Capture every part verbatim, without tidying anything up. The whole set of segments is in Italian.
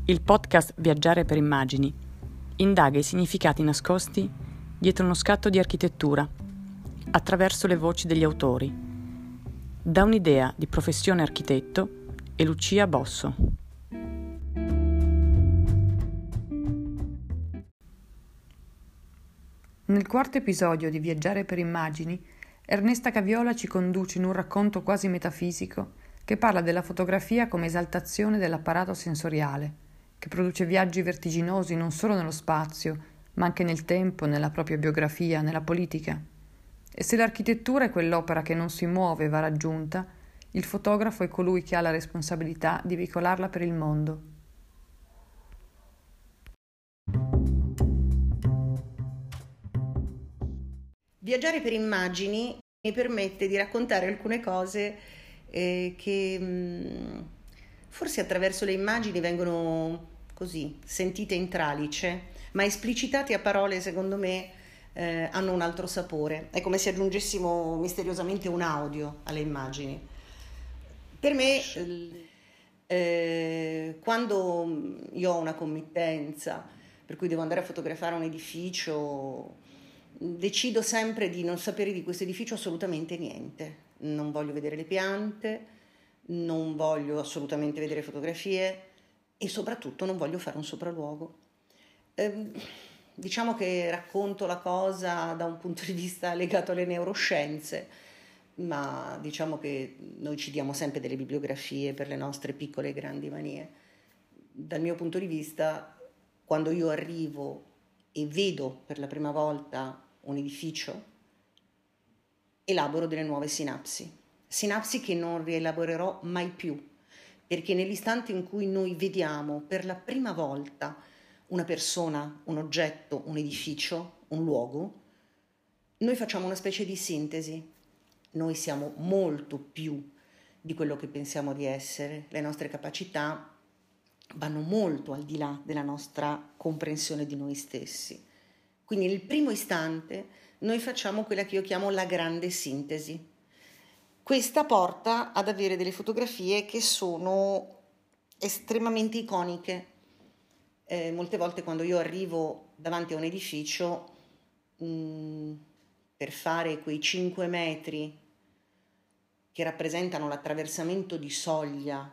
il podcast Viaggiare per immagini indaga i significati nascosti dietro uno scatto di architettura, attraverso le voci degli autori, da un'idea di professione architetto e Lucia Bosso. Nel quarto episodio di Viaggiare per immagini, Ernesta Caviola ci conduce in un racconto quasi metafisico che parla della fotografia come esaltazione dell'apparato sensoriale, che produce viaggi vertiginosi non solo nello spazio, ma anche nel tempo, nella propria biografia, nella politica. E se l'architettura è quell'opera che non si muove e va raggiunta, il fotografo è colui che ha la responsabilità di veicolarla per il mondo. Viaggiare per immagini mi permette di raccontare alcune cose eh, che mh, forse attraverso le immagini vengono così sentite in tralice, ma esplicitate a parole secondo me eh, hanno un altro sapore. È come se aggiungessimo misteriosamente un audio alle immagini. Per me, eh, quando io ho una committenza per cui devo andare a fotografare un edificio, decido sempre di non sapere di questo edificio assolutamente niente. Non voglio vedere le piante, non voglio assolutamente vedere fotografie e soprattutto non voglio fare un sopralluogo. Eh, diciamo che racconto la cosa da un punto di vista legato alle neuroscienze, ma diciamo che noi ci diamo sempre delle bibliografie per le nostre piccole e grandi manie. Dal mio punto di vista, quando io arrivo e vedo per la prima volta un edificio, elaboro delle nuove sinapsi, sinapsi che non rielaborerò mai più, perché nell'istante in cui noi vediamo per la prima volta una persona, un oggetto, un edificio, un luogo, noi facciamo una specie di sintesi. Noi siamo molto più di quello che pensiamo di essere, le nostre capacità vanno molto al di là della nostra comprensione di noi stessi. Quindi nel primo istante noi facciamo quella che io chiamo la grande sintesi. Questa porta ad avere delle fotografie che sono estremamente iconiche. Eh, molte volte quando io arrivo davanti a un edificio, mh, per fare quei cinque metri che rappresentano l'attraversamento di soglia,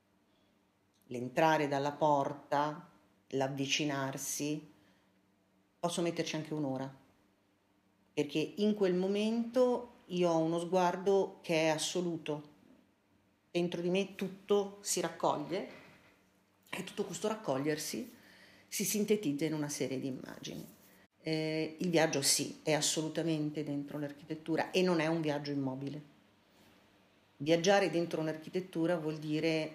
l'entrare dalla porta, l'avvicinarsi, posso metterci anche un'ora, perché in quel momento io ho uno sguardo che è assoluto. Dentro di me tutto si raccoglie e tutto questo raccogliersi si sintetizza in una serie di immagini. Eh, il viaggio sì, è assolutamente dentro l'architettura e non è un viaggio immobile. Viaggiare dentro un'architettura vuol dire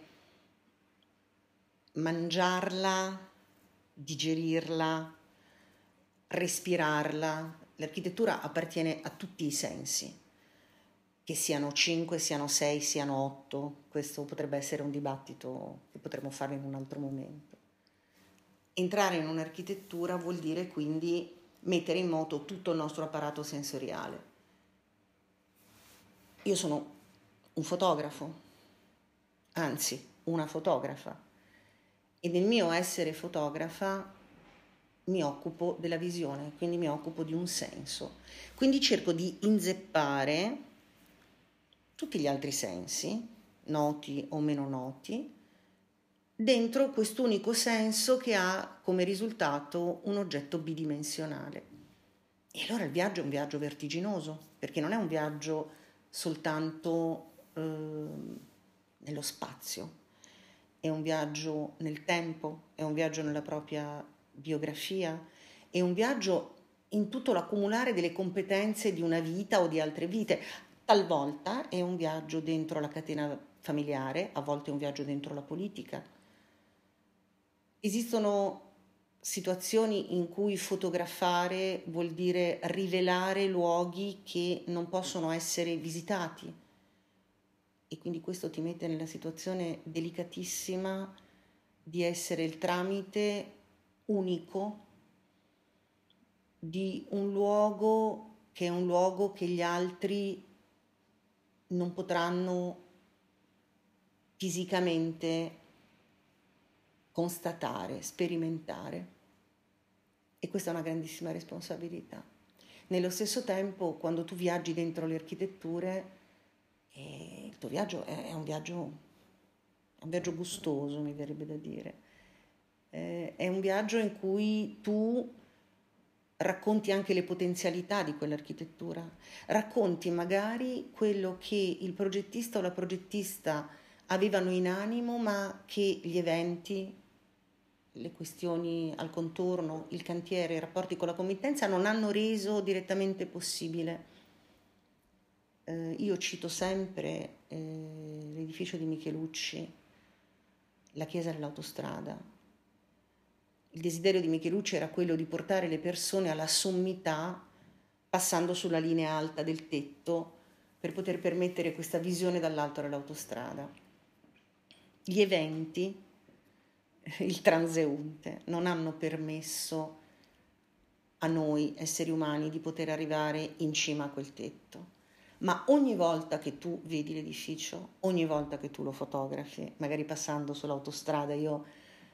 mangiarla, digerirla, respirarla. L'architettura appartiene a tutti i sensi, che siano cinque, siano sei, siano otto. Questo potrebbe essere un dibattito che potremmo fare in un altro momento. Entrare in un'architettura vuol dire quindi mettere in moto tutto il nostro apparato sensoriale. Io sono un fotografo, anzi una fotografa, e nel mio essere fotografa mi occupo della visione, quindi mi occupo di un senso. Quindi cerco di inzeppare tutti gli altri sensi, noti o meno noti, dentro quest'unico senso che ha come risultato un oggetto bidimensionale. E allora il viaggio è un viaggio vertiginoso, perché non è un viaggio soltanto eh, nello spazio, è un viaggio nel tempo, è un viaggio nella propria biografia, è un viaggio in tutto l'accumulare delle competenze di una vita o di altre vite. Talvolta è un viaggio dentro la catena familiare, a volte è un viaggio dentro la politica. Esistono situazioni in cui fotografare vuol dire rivelare luoghi che non possono essere visitati e quindi questo ti mette nella situazione delicatissima di essere il tramite unico di un luogo che è un luogo che gli altri non potranno fisicamente constatare, sperimentare. E questa è una grandissima responsabilità. Nello stesso tempo, quando tu viaggi dentro le architetture, eh, il tuo viaggio è, è un viaggio, è un viaggio gustoso, mi verrebbe da dire. Eh, è un viaggio in cui tu racconti anche le potenzialità di quell'architettura, racconti magari quello che il progettista o la progettista avevano in animo, ma che gli eventi, le questioni al contorno, il cantiere, i rapporti con la committenza non hanno reso direttamente possibile. Eh, io cito sempre eh, l'edificio di Michelucci, la chiesa dell'autostrada. Il desiderio di Michelucci era quello di portare le persone alla sommità passando sulla linea alta del tetto per poter permettere questa visione dall'alto dell'autostrada. Gli eventi, il transeunte, non hanno permesso a noi esseri umani di poter arrivare in cima a quel tetto. Ma ogni volta che tu vedi l'edificio, ogni volta che tu lo fotografi, magari passando sull'autostrada, io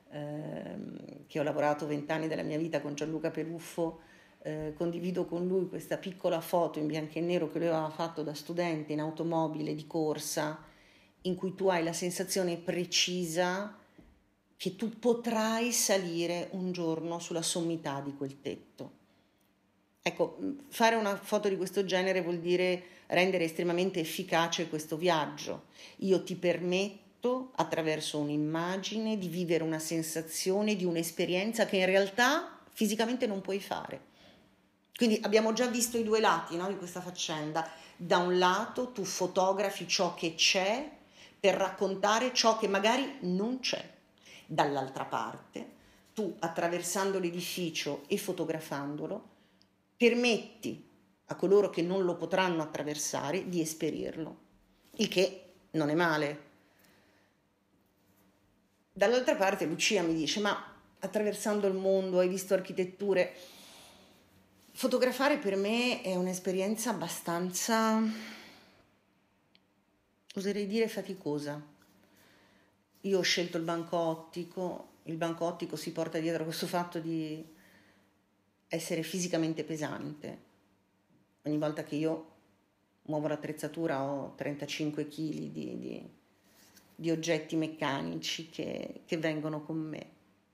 ehm, che ho lavorato vent'anni della mia vita con Gianluca Peruffo, eh, condivido con lui questa piccola foto in bianco e nero che lui aveva fatto da studente in automobile di corsa, in cui tu hai la sensazione precisa che tu potrai salire un giorno sulla sommità di quel tetto. Ecco, fare una foto di questo genere vuol dire rendere estremamente efficace questo viaggio. Io ti permetto, attraverso un'immagine, di vivere una sensazione, di un'esperienza che in realtà fisicamente non puoi fare. Quindi abbiamo già visto i due lati, no, di questa faccenda. Da un lato tu fotografi ciò che c'è per raccontare ciò che magari non c'è. Dall'altra parte, tu attraversando l'edificio e fotografandolo, permetti a coloro che non lo potranno attraversare di esperirlo, il che non è male. Dall'altra parte Lucia mi dice, ma attraversando il mondo hai visto architetture? Fotografare per me è un'esperienza abbastanza, oserei dire, faticosa. Io ho scelto il banco ottico, il banco ottico si porta dietro questo fatto di essere fisicamente pesante. Ogni volta che io muovo l'attrezzatura ho trentacinque chili di, di, di oggetti meccanici che, che vengono con me.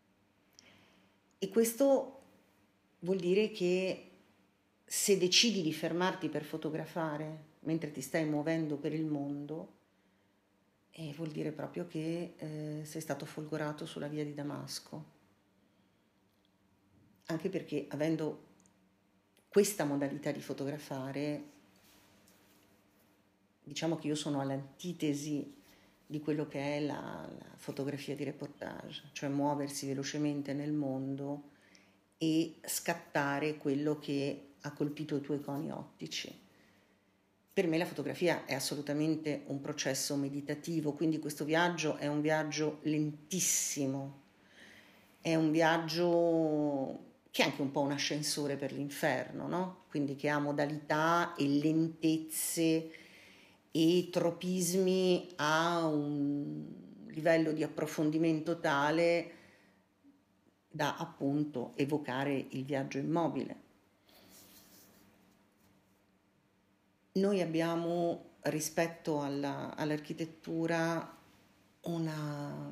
E questo vuol dire che se decidi di fermarti per fotografare mentre ti stai muovendo per il mondo, eh, vuol dire proprio che eh, sei stato folgorato sulla via di Damasco. Anche perché avendo questa modalità di fotografare, diciamo che io sono all'antitesi di quello che è la, la fotografia di reportage, cioè muoversi velocemente nel mondo e scattare quello che ha colpito i tuoi coni ottici. Per me la fotografia è assolutamente un processo meditativo, quindi questo viaggio è un viaggio lentissimo, è un viaggio che è anche un po' un ascensore per l'inferno, no? Quindi che ha modalità e lentezze e tropismi a un livello di approfondimento tale da appunto evocare il viaggio immobile. Noi abbiamo rispetto alla, all'architettura una,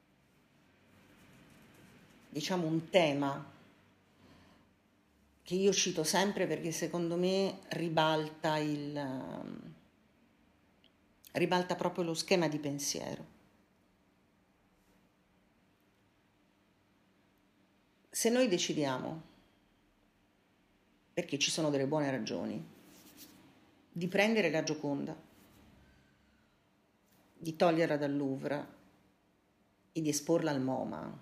diciamo, un tema che io cito sempre perché secondo me ribalta il ribalta proprio lo schema di pensiero. Se noi decidiamo, perché ci sono delle buone ragioni, di prendere la Gioconda, di toglierla dal Louvre e di esporla al MoMA,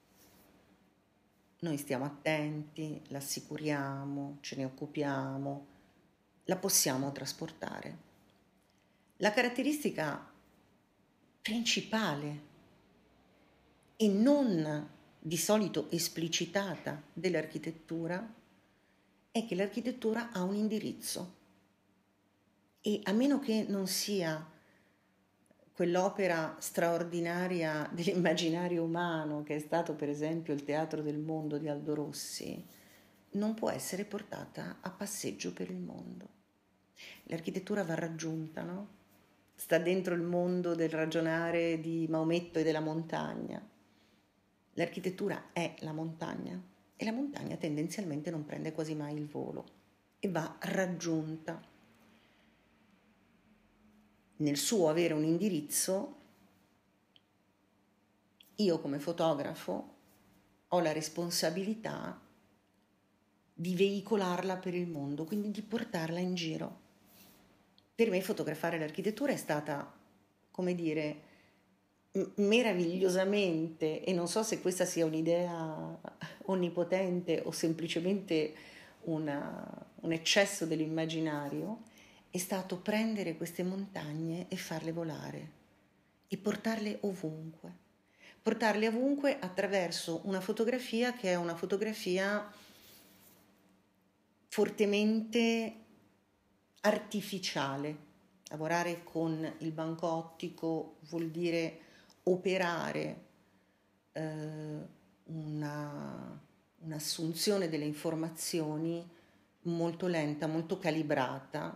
noi stiamo attenti, l'assicuriamo, ce ne occupiamo, la possiamo trasportare. La caratteristica principale e non di solito esplicitata dell'architettura è che l'architettura ha un indirizzo e a meno che non sia quell'opera straordinaria dell'immaginario umano che è stato per esempio il Teatro del Mondo di Aldo Rossi non può essere portata a passeggio per il mondo. L'architettura va raggiunta, no? Sta dentro il mondo del ragionare di Maometto e della montagna. L'architettura è la montagna e la montagna tendenzialmente non prende quasi mai il volo e va raggiunta. Nel suo avere un indirizzo, io come fotografo ho la responsabilità di veicolarla per il mondo, quindi di portarla in giro. Per me fotografare l'architettura è stata, come dire, meravigliosamente, e non so se questa sia un'idea onnipotente o semplicemente una, un eccesso dell'immaginario, è stato prendere queste montagne e farle volare e portarle ovunque. Portarle ovunque attraverso una fotografia che è una fotografia fortemente artificiale. Lavorare con il banco ottico vuol dire operare eh, una, un'assunzione delle informazioni molto lenta, molto calibrata.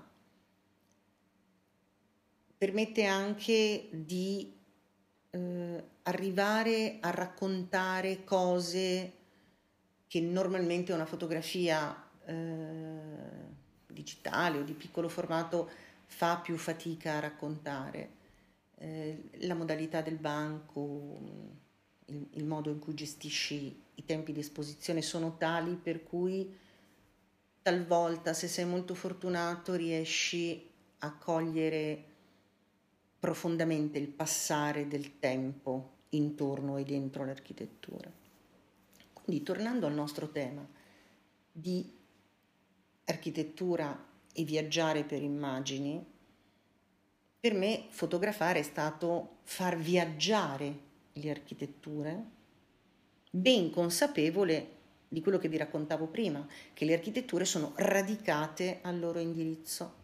Permette anche di eh, arrivare a raccontare cose che normalmente una fotografia eh, digitale o di piccolo formato fa più fatica a raccontare. Eh, la modalità del banco, il, il modo in cui gestisci i tempi di esposizione sono tali per cui talvolta, se sei molto fortunato, riesci a cogliere profondamente il passare del tempo intorno e dentro l'architettura. Quindi, tornando al nostro tema di architettura e viaggiare per immagini, per me fotografare è stato far viaggiare le architetture, ben consapevole di quello che vi raccontavo prima, che le architetture sono radicate al loro indirizzo.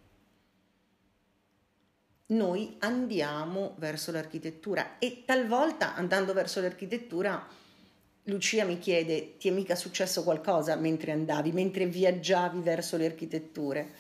Noi andiamo verso l'architettura e talvolta, andando verso l'architettura, Lucia mi chiede: ti è mica successo qualcosa mentre andavi, mentre viaggiavi verso le architetture?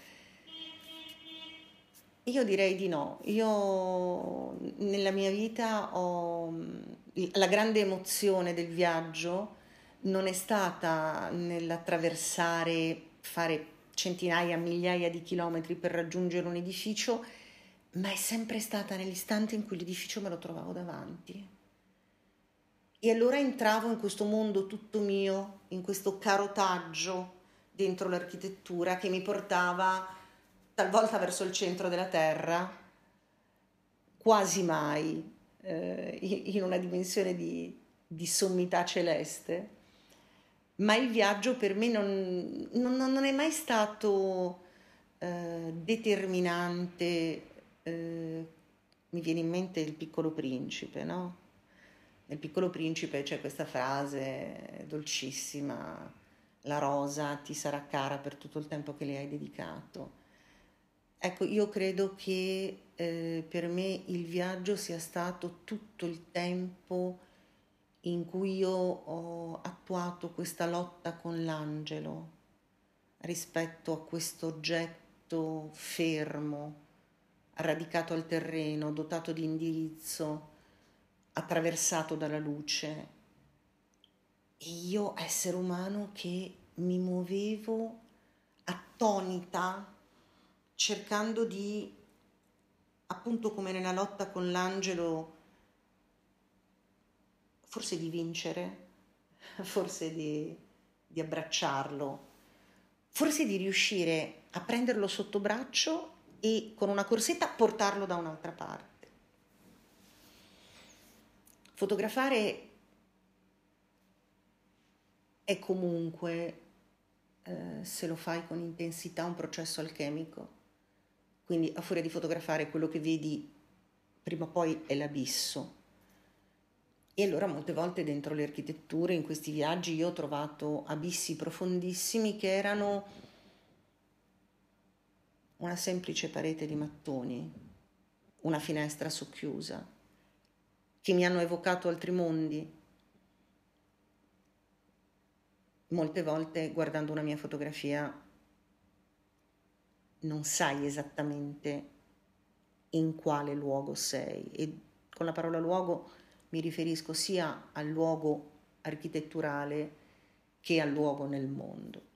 Io direi di no. Io nella mia vita ho la grande emozione del viaggio non è stata nell'attraversare, fare centinaia, migliaia di chilometri per raggiungere un edificio, ma è sempre stata nell'istante in cui l'edificio me lo trovavo davanti. E allora entravo in questo mondo tutto mio, in questo carotaggio dentro l'architettura che mi portava talvolta verso il centro della terra, quasi mai eh, in una dimensione di, di sommità celeste, ma il viaggio per me non, non, non è mai stato eh, determinante. Eh, mi viene in mente Il Piccolo Principe, no? Nel Piccolo Principe c'è questa frase dolcissima: la rosa ti sarà cara per tutto il tempo che le hai dedicato. Ecco, io credo che eh, per me il viaggio sia stato tutto il tempo in cui io ho attuato questa lotta con l'angelo rispetto a questo oggetto fermo, radicato al terreno, dotato di indirizzo, attraversato dalla luce. E io, essere umano, che mi muovevo attonita, cercando di, appunto come nella lotta con l'angelo, forse di vincere, forse di, di abbracciarlo, forse di riuscire a prenderlo sotto braccio e con una corsetta portarlo da un'altra parte. Fotografare è comunque, eh, se lo fai con intensità, un processo alchemico. Quindi a furia di fotografare quello che vedi, prima o poi è l'abisso. E allora molte volte dentro le architetture, in questi viaggi, io ho trovato abissi profondissimi che erano una semplice parete di mattoni, una finestra socchiusa, che mi hanno evocato altri mondi. Molte volte guardando una mia fotografia non sai esattamente in quale luogo sei, e con la parola luogo mi riferisco sia al luogo architetturale che al luogo nel mondo.